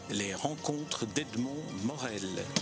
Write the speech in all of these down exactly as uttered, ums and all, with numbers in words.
Les rencontres d'Edmond Morel.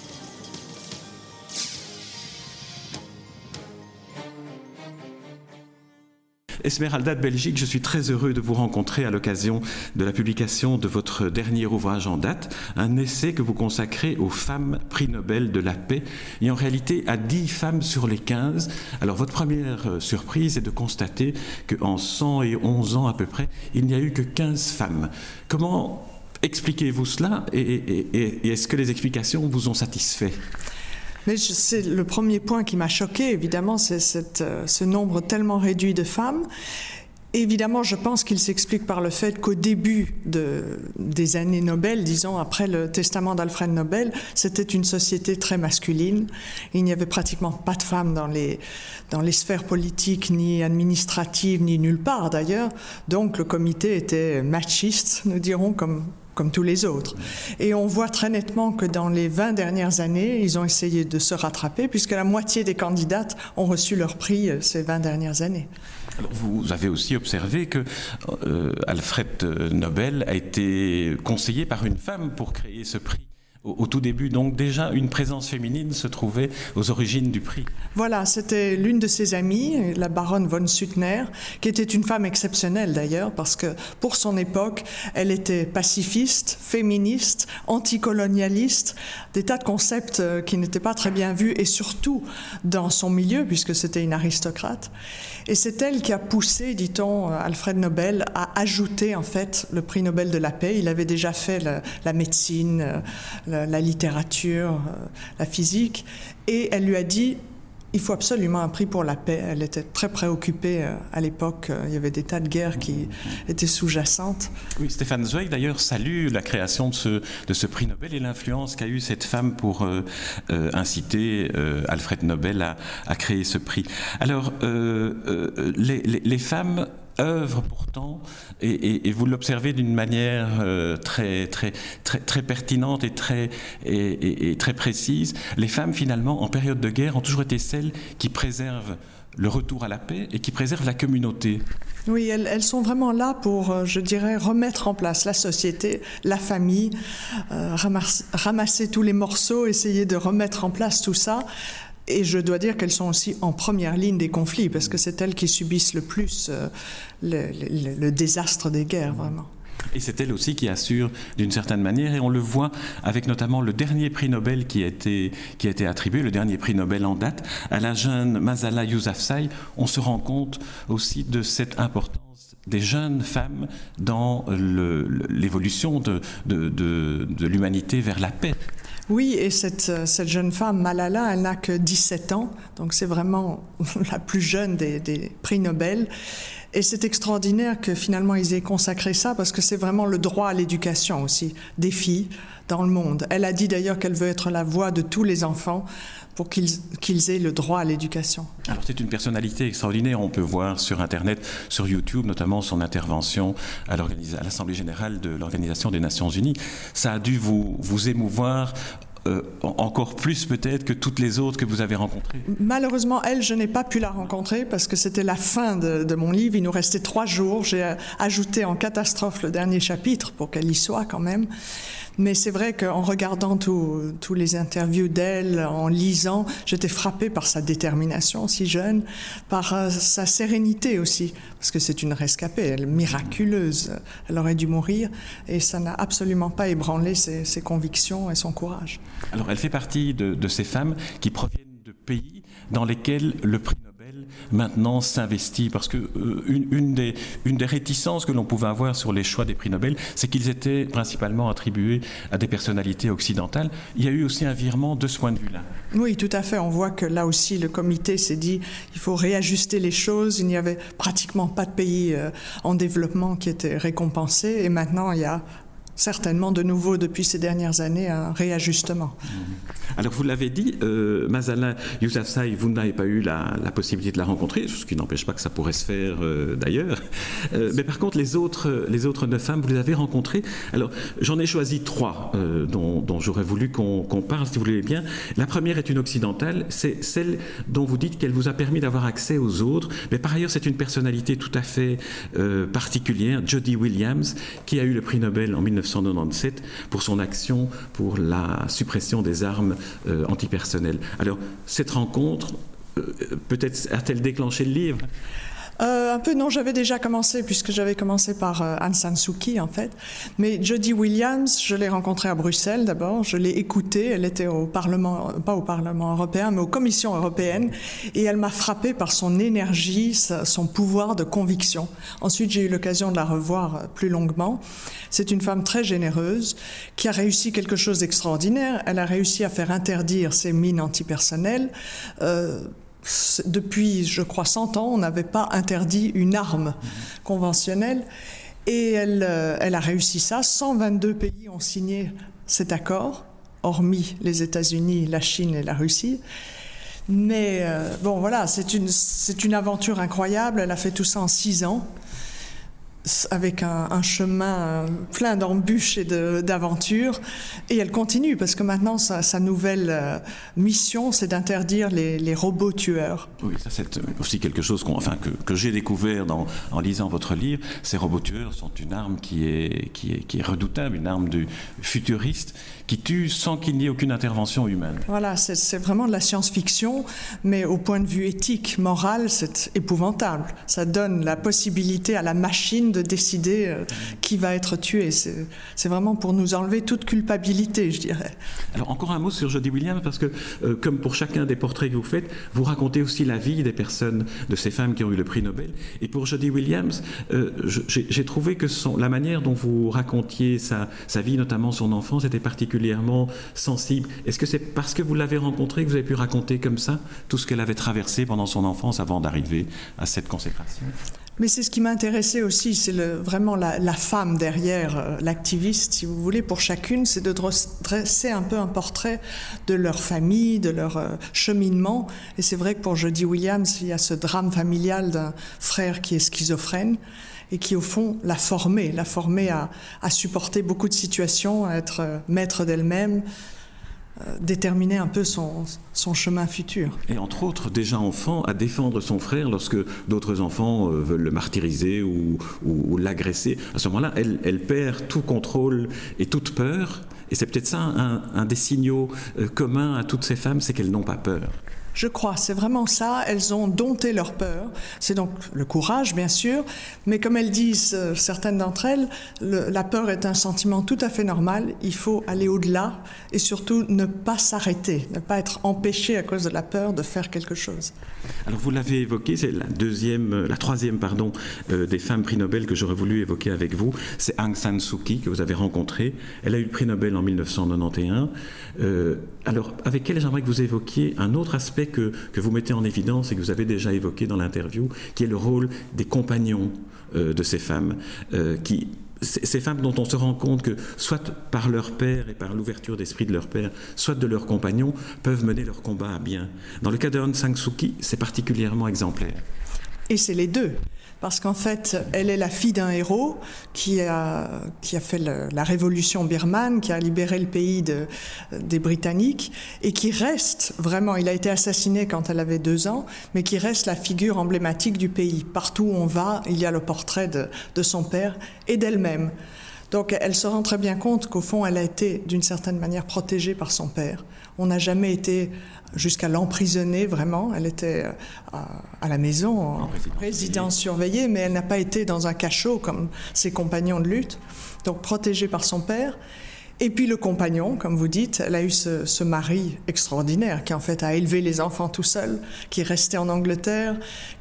Esmeralda de Belgique, je suis très heureux de vous rencontrer à l'occasion de la publication de votre dernier ouvrage en date, un essai que vous consacrez aux femmes prix Nobel de la paix, et en réalité à dix femmes sur les quinze. Alors votre première surprise est de constater qu'en cent onze ans à peu près, il n'y a eu que quinze femmes. Comment expliquez-vous cela et, et, et, et est-ce que les explications vous ont satisfait ? Mais c'est le premier point qui m'a choqué, évidemment, c'est cette, ce nombre tellement réduit de femmes. Évidemment, je pense qu'il s'explique par le fait qu'au début de, des années Nobel, disons après le testament d'Alfred Nobel, c'était une société très masculine. Il n'y avait pratiquement pas de femmes dans les, dans les sphères politiques, ni administratives, ni nulle part d'ailleurs. Donc le comité était machiste, nous dirons, comme... comme tous les autres. Et on voit très nettement que dans les vingt dernières années, ils ont essayé de se rattraper, puisque la moitié des candidates ont reçu leur prix ces vingt dernières années. Alors vous avez aussi observé que euh, Alfred Nobel a été conseillé par une femme pour créer ce prix. Au tout début, donc déjà, une présence féminine se trouvait aux origines du prix. Voilà, c'était l'une de ses amies, la baronne von Suttner, qui était une femme exceptionnelle d'ailleurs, parce que pour son époque, elle était pacifiste, féministe, anticolonialiste, des tas de concepts qui n'étaient pas très bien vus, et surtout dans son milieu, puisque c'était une aristocrate. Et c'est elle qui a poussé, dit-on, Alfred Nobel à ajouter en fait le prix Nobel de la paix. Il avait déjà fait la, la médecine, la, la littérature, la physique, et elle lui a dit il faut absolument un prix pour la paix. Elle était très préoccupée à l'époque. Il y avait des tas de guerres qui étaient sous-jacentes. Oui, Stefan Zweig, d'ailleurs, salue la création de ce, de ce prix Nobel et l'influence qu'a eu cette femme pour euh, euh, inciter euh, Alfred Nobel à, à créer ce prix. Alors, euh, euh, les, les, les femmes œuvrent pourtant, et, et, et vous l'observez d'une manière euh, très, très, très, très pertinente et très, et, et, et très précise, les femmes finalement en période de guerre ont toujours été celles qui préservent le retour à la paix et qui préservent la communauté. Oui, elles, elles sont vraiment là pour, je dirais, remettre en place la société, la famille, euh, ramasser, ramasser tous les morceaux, essayer de remettre en place tout ça. Et je dois dire qu'elles sont aussi en première ligne des conflits, parce que c'est elles qui subissent le plus euh, le, le, le désastre des guerres, vraiment. Et c'est elle aussi qui assure d'une certaine manière, et on le voit avec notamment le dernier prix Nobel qui a été, qui a été attribué, le dernier prix Nobel en date, à la jeune Malala Yousafzai. On se rend compte aussi de cette importance des jeunes femmes dans le, l'évolution de, de, de, de l'humanité vers la paix. Oui, et cette, cette jeune femme, Malala, elle n'a que dix-sept ans, donc c'est vraiment la plus jeune des, des prix Nobel. Et c'est extraordinaire que finalement ils aient consacré ça, parce que c'est vraiment le droit à l'éducation aussi, des filles dans le monde. Elle a dit d'ailleurs qu'elle veut être la voix de tous les enfants pour qu'ils, qu'ils aient le droit à l'éducation. Alors c'est une personnalité extraordinaire, on peut voir sur Internet, sur YouTube, notamment son intervention à, à l'Assemblée générale de l'Organisation des Nations Unies. Ça a dû vous, vous émouvoir Euh, encore plus peut-être que toutes les autres que vous avez rencontrées. Malheureusement, elle, je n'ai pas pu la rencontrer parce que c'était la fin de, de mon livre. Il nous restait trois jours. J'ai ajouté en catastrophe le dernier chapitre pour qu'elle y soit quand même. Mais c'est vrai qu'en regardant tous les interviews d'elle, en lisant, j'étais frappée par sa détermination si jeune, par euh, sa sérénité aussi, parce que c'est une rescapée, elle est miraculeuse, elle aurait dû mourir, et ça n'a absolument pas ébranlé ses, ses convictions et son courage. Alors elle fait partie de, de ces femmes qui proviennent de pays dans lesquels le prix Nobel maintenant s'investit, parce que euh, une, une, des, une des réticences que l'on pouvait avoir sur les choix des prix Nobel, c'est qu'ils étaient principalement attribués à des personnalités occidentales. Il y a eu aussi un virement de ce point de vue-là. Oui, tout à fait. On voit que là aussi, le comité s'est dit il faut réajuster les choses. Il n'y avait pratiquement pas de pays euh, en développement qui étaient récompensés, et maintenant il y a certainement de nouveau depuis ces dernières années un réajustement. Alors vous l'avez dit, euh, Malala Yousafzai, vous n'avez pas eu la, la possibilité de la rencontrer, ce qui n'empêche pas que ça pourrait se faire euh, d'ailleurs. Euh, mais par contre, les autres, les autres neuf femmes, vous les avez rencontrées. Alors j'en ai choisi trois euh, dont, dont j'aurais voulu qu'on, qu'on parle, si vous voulez bien. La première est une occidentale, c'est celle dont vous dites qu'elle vous a permis d'avoir accès aux autres. Mais par ailleurs, c'est une personnalité tout à fait euh, particulière, Jody Williams, qui a eu le prix Nobel en mille neuf cent cent quatre-vingt-dix-sept pour son action pour la suppression des armes euh, antipersonnelles. Alors, cette rencontre, euh, peut-être a-t-elle déclenché le livre ? Euh, un peu, non, j'avais déjà commencé, puisque j'avais commencé par euh, Aung San Suu Kyi, en fait. Mais Jody Williams, je l'ai rencontrée à Bruxelles, d'abord. Je l'ai écoutée. Elle était au Parlement, pas au Parlement européen, mais aux commissions européennes. Et elle m'a frappée par son énergie, sa, son pouvoir de conviction. Ensuite, j'ai eu l'occasion de la revoir plus longuement. C'est une femme très généreuse, qui a réussi quelque chose d'extraordinaire. Elle a réussi à faire interdire ces mines antipersonnelles. Euh, Depuis, je crois, cent ans, on n'avait pas interdit une arme conventionnelle. Et elle, elle a réussi ça. cent vingt-deux pays ont signé cet accord, hormis les États-Unis, la Chine et la Russie. Mais euh, bon, voilà, c'est une, c'est une aventure incroyable. Elle a fait tout ça en six ans, avec un, un chemin plein d'embûches et de, d'aventures. Et elle continue, parce que maintenant, sa, sa nouvelle euh, mission, c'est d'interdire les, les robots tueurs. Oui, ça c'est aussi quelque chose qu'on, enfin, que, que j'ai découvert dans, en lisant votre livre. Ces robots tueurs sont une arme qui est, qui est, qui est redoutable, une arme de futuriste, qui tue sans qu'il n'y ait aucune intervention humaine. Voilà, c'est, c'est vraiment de la science-fiction, mais au point de vue éthique, moral, c'est épouvantable. Ça donne la possibilité à la machine de décider euh, qui va être tué. C'est, c'est vraiment pour nous enlever toute culpabilité, je dirais. Alors encore un mot sur Jody Williams, parce que euh, comme pour chacun des portraits que vous faites, vous racontez aussi la vie des personnes, de ces femmes qui ont eu le prix Nobel. Et pour Jody Williams, euh, je, j'ai, j'ai trouvé que son, la manière dont vous racontiez sa, sa vie, notamment son enfance, était particulièrement sensible. Est-ce que c'est parce que vous l'avez rencontrée que vous avez pu raconter comme ça tout ce qu'elle avait traversé pendant son enfance avant d'arriver à cette consécration ? Mais c'est ce qui m'intéressait aussi, c'est le, vraiment la, la femme derrière euh, l'activiste, si vous voulez, pour chacune, c'est de dresser un peu un portrait de leur famille, de leur euh, cheminement. Et c'est vrai que pour Jody Williams, il y a ce drame familial d'un frère qui est schizophrène et qui, au fond, l'a formée, l'a formée à, à supporter beaucoup de situations, à être euh, maître d'elle-même, déterminer un peu son, son chemin futur. Et entre autres, déjà enfant, à défendre son frère lorsque d'autres enfants euh, veulent le martyriser ou, ou, ou l'agresser. À ce moment-là, elle, elle perd tout contrôle et toute peur. Et c'est peut-être ça un, un des signaux euh, communs à toutes ces femmes, c'est qu'elles n'ont pas peur. Je crois, c'est vraiment ça. Elles ont dompté leur peur. C'est donc le courage, bien sûr, mais comme elles disent, euh, certaines d'entre elles, le, la peur est un sentiment tout à fait normal. Il faut aller au-delà et surtout ne pas s'arrêter, ne pas être empêché à cause de la peur de faire quelque chose. Alors vous l'avez évoqué, c'est la deuxième, la troisième, pardon, euh, des femmes prix Nobel que j'aurais voulu évoquer avec vous. C'est Aung San Suu Kyi que vous avez rencontrée. Elle a eu le prix Nobel en dix-neuf cent quatre-vingt-onze. Euh, alors avec elle, j'aimerais que vous évoquiez un autre aspect que, que vous mettez en évidence et que vous avez déjà évoqué dans l'interview, qui est le rôle des compagnons euh, de ces femmes, euh, qui, ces femmes dont on se rend compte que, soit par leur père et par l'ouverture d'esprit de leur père, soit de leurs compagnons, peuvent mener leur combat à bien. Dans le cas de Aung San Suu Kyi, c'est particulièrement exemplaire. Et c'est les deux. Parce qu'en fait, elle est la fille d'un héros qui a, qui a fait le, la révolution birmane, qui a libéré le pays de, des Britanniques, et qui reste vraiment, il a été assassiné quand elle avait deux ans, mais qui reste la figure emblématique du pays. Partout où on va, il y a le portrait de, de son père et d'elle-même. Donc elle se rend très bien compte qu'au fond, elle a été d'une certaine manière protégée par son père. On n'a jamais été jusqu'à l'emprisonner vraiment. Elle était à, à la maison, en résidence surveillée, mais elle n'a pas été dans un cachot comme ses compagnons de lutte. Donc protégée par son père. Et puis le compagnon, comme vous dites, elle a eu ce, ce mari extraordinaire qui en fait a élevé les enfants tout seul, qui est resté en Angleterre,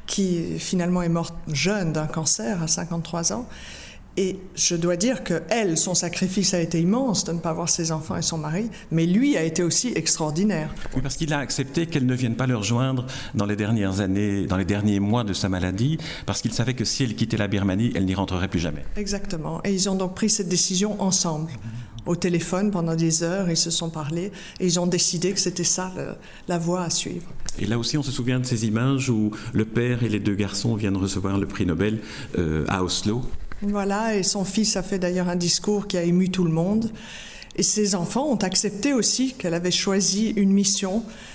qui finalement est mort jeune d'un cancer à cinquante-trois ans. Et je dois dire que elle, son sacrifice a été immense de ne pas voir ses enfants et son mari, mais lui a été aussi extraordinaire. Oui, parce qu'il a accepté qu'elle ne vienne pas le rejoindre dans les dernières années, dans les derniers mois de sa maladie, parce qu'il savait que si elle quittait la Birmanie, elle n'y rentrerait plus jamais. Exactement. Et ils ont donc pris cette décision ensemble. Au téléphone, pendant des heures, ils se sont parlé et ils ont décidé que c'était ça le, la voie à suivre. Et là aussi, on se souvient de ces images où le père et les deux garçons viennent recevoir le prix Nobel euh, à Oslo. Voilà, et son fils a fait d'ailleurs un discours qui a ému tout le monde. Et ses enfants ont accepté aussi qu'elle avait choisi une mission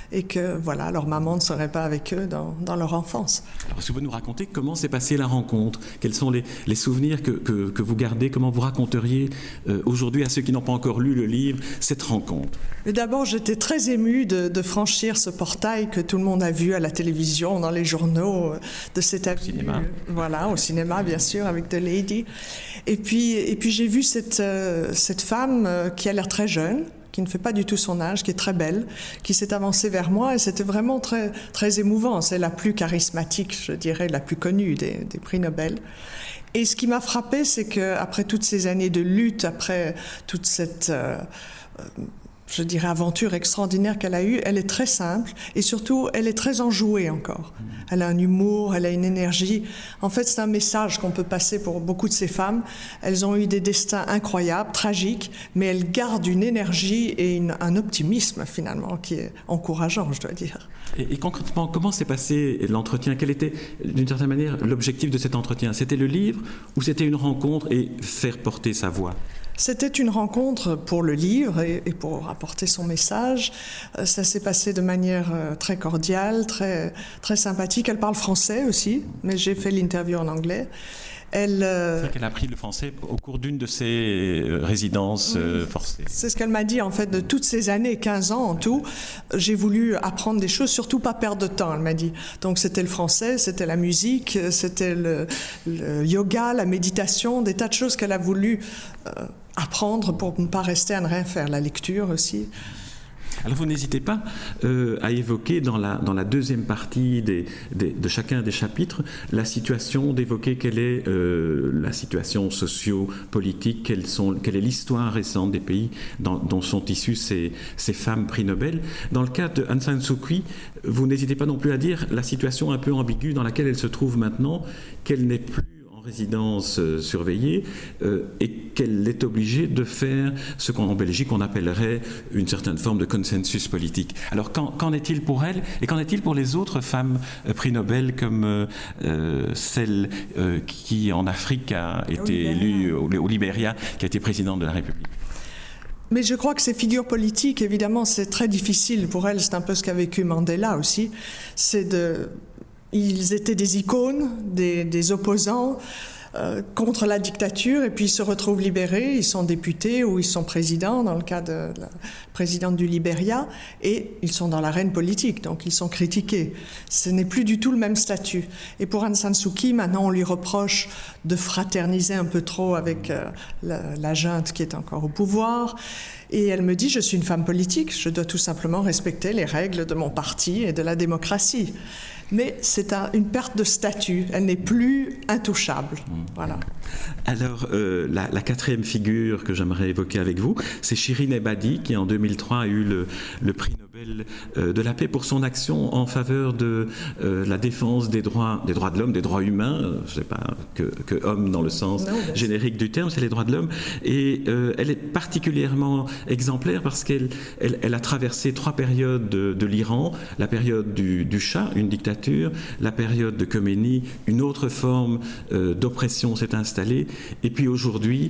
et que voilà, leur maman ne serait pas avec eux dans, dans leur enfance. Alors, est-ce que vous pouvez nous raconter comment s'est passée la rencontre? Quels sont les, les souvenirs que, que, que vous gardez? Comment vous raconteriez euh, aujourd'hui à ceux qui n'ont pas encore lu le livre cette rencontre? Mais d'abord, j'étais très émue de, de franchir ce portail que tout le monde a vu à la télévision, dans les journaux, de cette avenue. Au cinéma. Voilà, au cinéma, bien sûr, avec The Lady. Et puis, et puis j'ai vu cette, euh, cette femme euh, qui a l'air très jeune, qui ne fait pas du tout son âge, qui est très belle, qui s'est avancée vers moi, et c'était vraiment très, très émouvant. C'est la plus charismatique, je dirais, la plus connue des, des prix Nobel. Et ce qui m'a frappée, c'est qu'après toutes ces années de lutte, après toute cette... Euh, euh, je dirais, aventure extraordinaire qu'elle a eue, elle est très simple et surtout, elle est très enjouée encore. Elle a un humour, elle a une énergie. En fait, c'est un message qu'on peut passer pour beaucoup de ces femmes. Elles ont eu des destins incroyables, tragiques, mais elles gardent une énergie et une, un optimisme, finalement, qui est encourageant, je dois dire. Et, et concrètement, comment s'est passé l'entretien? Quel était, d'une certaine manière, l'objectif de cet entretien? C'était le livre ou c'était une rencontre et faire porter sa voix? C'était une rencontre pour le livre et, et pour apporter son message. Ça s'est passé de manière très cordiale, très, très sympathique. Elle parle français aussi, mais j'ai fait l'interview en anglais. Elle, euh... C'est qu'elle a appris le français au cours d'une de ses résidences euh, forcées. C'est ce qu'elle m'a dit, en fait, de toutes ces années, quinze ans en tout, j'ai voulu apprendre des choses, surtout pas perdre de temps, elle m'a dit. Donc c'était le français, c'était la musique, c'était le, le yoga, la méditation, des tas de choses qu'elle a voulu euh, apprendre pour ne pas rester à ne rien faire, la lecture aussi. Alors vous n'hésitez pas euh, à évoquer dans la, dans la deuxième partie des, des, de chacun des chapitres la situation, d'évoquer quelle est euh, la situation socio-politique, quelles sont, quelle est l'histoire récente des pays dans, dont sont issues ces, ces femmes prix Nobel. Dans le cas de Aung San Suu Kyi, vous n'hésitez pas non plus à dire la situation un peu ambiguë dans laquelle elle se trouve maintenant, qu'elle n'est plus résidence euh, surveillée euh, et qu'elle est obligée de faire ce qu'en Belgique on appellerait une certaine forme de consensus politique. Alors qu'en, qu'en est-il pour elle et qu'en est-il pour les autres femmes euh, prix Nobel comme euh, euh, celle euh, qui en Afrique a été élue au, au Libéria, qui a été présidente de la République? Mais je crois que ces figures politiques, évidemment, c'est très difficile pour elles. C'est un peu ce qu'a vécu Mandela aussi. C'est de... Ils étaient des icônes, des, des opposants euh, contre la dictature, et puis ils se retrouvent libérés, ils sont députés ou ils sont présidents, dans le cas de la présidente du Libéria, et ils sont dans l'arène politique, donc ils sont critiqués. Ce n'est plus du tout le même statut. Et pour Aung San Suu Kyi, maintenant on lui reproche de fraterniser un peu trop avec euh, la, la junte qui est encore au pouvoir. Et elle me dit, je suis une femme politique, je dois tout simplement respecter les règles de mon parti et de la démocratie. Mais c'est un, une perte de statut, elle n'est plus intouchable. Voilà. Alors, euh, la, la quatrième figure que j'aimerais évoquer avec vous, c'est Shirin Ebadi, qui en deux mille trois a eu le, le prix Nobel euh, de la paix pour son action en faveur de euh, la défense des droits, des droits de l'homme, des droits humains, euh, je ne sais pas que, que homme dans le sens non, générique du terme, c'est les droits de l'homme. Et euh, elle est particulièrement exemplaire parce qu'elle elle, elle a traversé trois périodes de, de l'Iran, la période du, du Shah, une dictature, la période de Khomeini, une autre forme euh, d'oppression s'est installée, et puis aujourd'hui,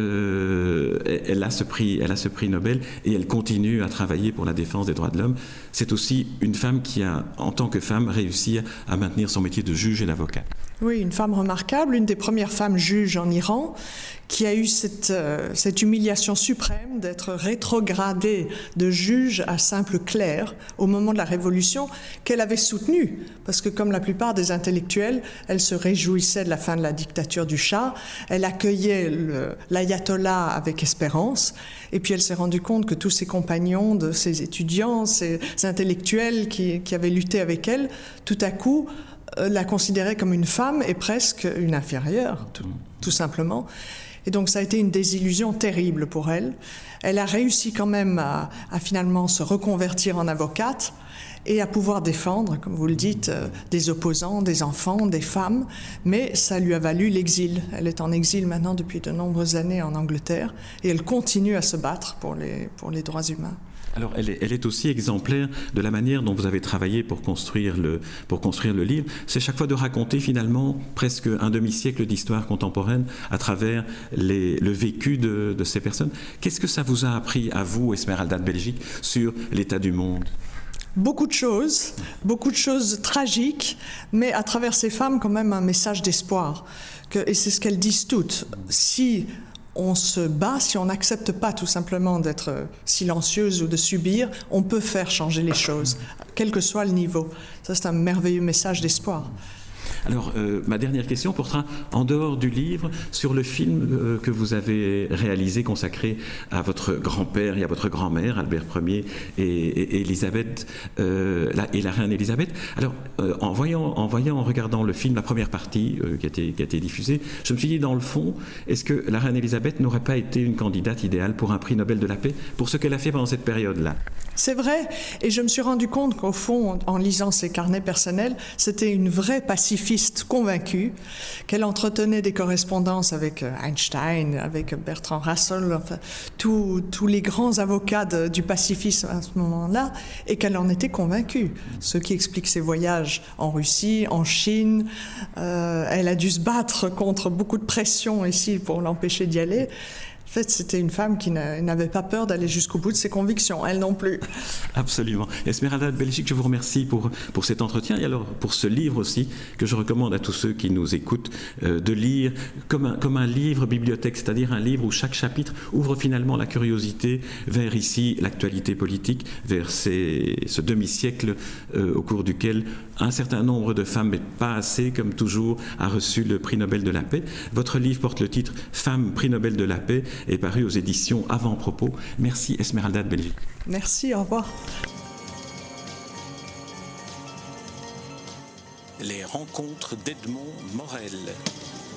euh, elle a ce prix, elle a ce prix Nobel, et elle continue à travailler pour la défense des droits de l'homme. C'est aussi une femme qui a, en tant que femme, réussi à maintenir son métier de juge et d'avocat. Oui, une femme remarquable, une des premières femmes juges en Iran, qui a eu cette, euh, cette humiliation suprême d'être rétrogradée de juge à simple clerc au moment de la Révolution, qu'elle avait soutenue. Parce que comme la plupart des intellectuels, elle se réjouissait de la fin de la dictature du Shah, elle accueillait le, l'ayatollah avec espérance, et puis elle s'est rendue compte que tous ses compagnons, de ses étudiants, ses intellectuels qui, qui avaient lutté avec elle, tout à coup, la considérait comme une femme et presque une inférieure, tout, tout simplement. Et donc ça a été une désillusion terrible pour elle. Elle a réussi quand même à, à finalement se reconvertir en avocate et à pouvoir défendre, comme vous le dites, euh, des opposants, des enfants, des femmes, mais ça lui a valu l'exil. Elle est en exil maintenant depuis de nombreuses années en Angleterre et elle continue à se battre pour les, pour les droits humains. Alors, elle est, elle est aussi exemplaire de la manière dont vous avez travaillé pour construire le, pour construire le livre. C'est chaque fois de raconter finalement presque un demi-siècle d'histoire contemporaine à travers les, le vécu de, de ces personnes. Qu'est-ce que ça vous a appris à vous, Esmeralda de Belgique, sur l'état du monde ? beaucoup de choses, beaucoup de choses tragiques, mais à travers ces femmes, quand même, un message d'espoir. Que, et c'est ce qu'elles disent toutes. Si on se bat, si on n'accepte pas tout simplement d'être silencieuse ou de subir, on peut faire changer les choses, quel que soit le niveau. Ça, c'est un merveilleux message d'espoir. Alors, euh, ma dernière question portera, en dehors du livre, sur le film euh, que vous avez réalisé, consacré à votre grand-père et à votre grand-mère, Albert Ier et, et, et Élisabeth, euh, la, et la reine Élisabeth. Alors, euh, en, voyant, en voyant, en regardant le film, la première partie euh, qui, a été, qui a été diffusée, je me suis dit, dans le fond, est-ce que la reine Élisabeth n'aurait pas été une candidate idéale pour un prix Nobel de la paix, pour ce qu'elle a fait pendant cette période-là? C'est vrai, et je me suis rendu compte qu'au fond, en lisant ses carnets personnels, c'était une vraie pacifiste convaincue, qu'elle entretenait des correspondances avec Einstein, avec Bertrand Russell, enfin, tous, tous les grands avocats de, du pacifisme à ce moment-là, et qu'elle en était convaincue. Ce qui explique ses voyages en Russie, en Chine. Euh, elle a dû se battre contre beaucoup de pression ici pour l'empêcher d'y aller. En fait, c'était une femme qui n'avait pas peur d'aller jusqu'au bout de ses convictions, elle non plus. Absolument. Esmeralda de Belgique, je vous remercie pour, pour cet entretien et alors pour ce livre aussi que je recommande à tous ceux qui nous écoutent euh, de lire comme un, comme un livre bibliothèque, c'est-à-dire un livre où chaque chapitre ouvre finalement la curiosité vers ici l'actualité politique, vers ces, ce demi-siècle euh, au cours duquel un certain nombre de femmes, mais pas assez comme toujours, a reçu le prix Nobel de la paix. Votre livre porte le titre « Femmes, prix Nobel de la paix » est paru aux éditions Avant-Propos. Merci Esmeralda de Belgique. Merci, au revoir. Les rencontres d'Edmond Morel.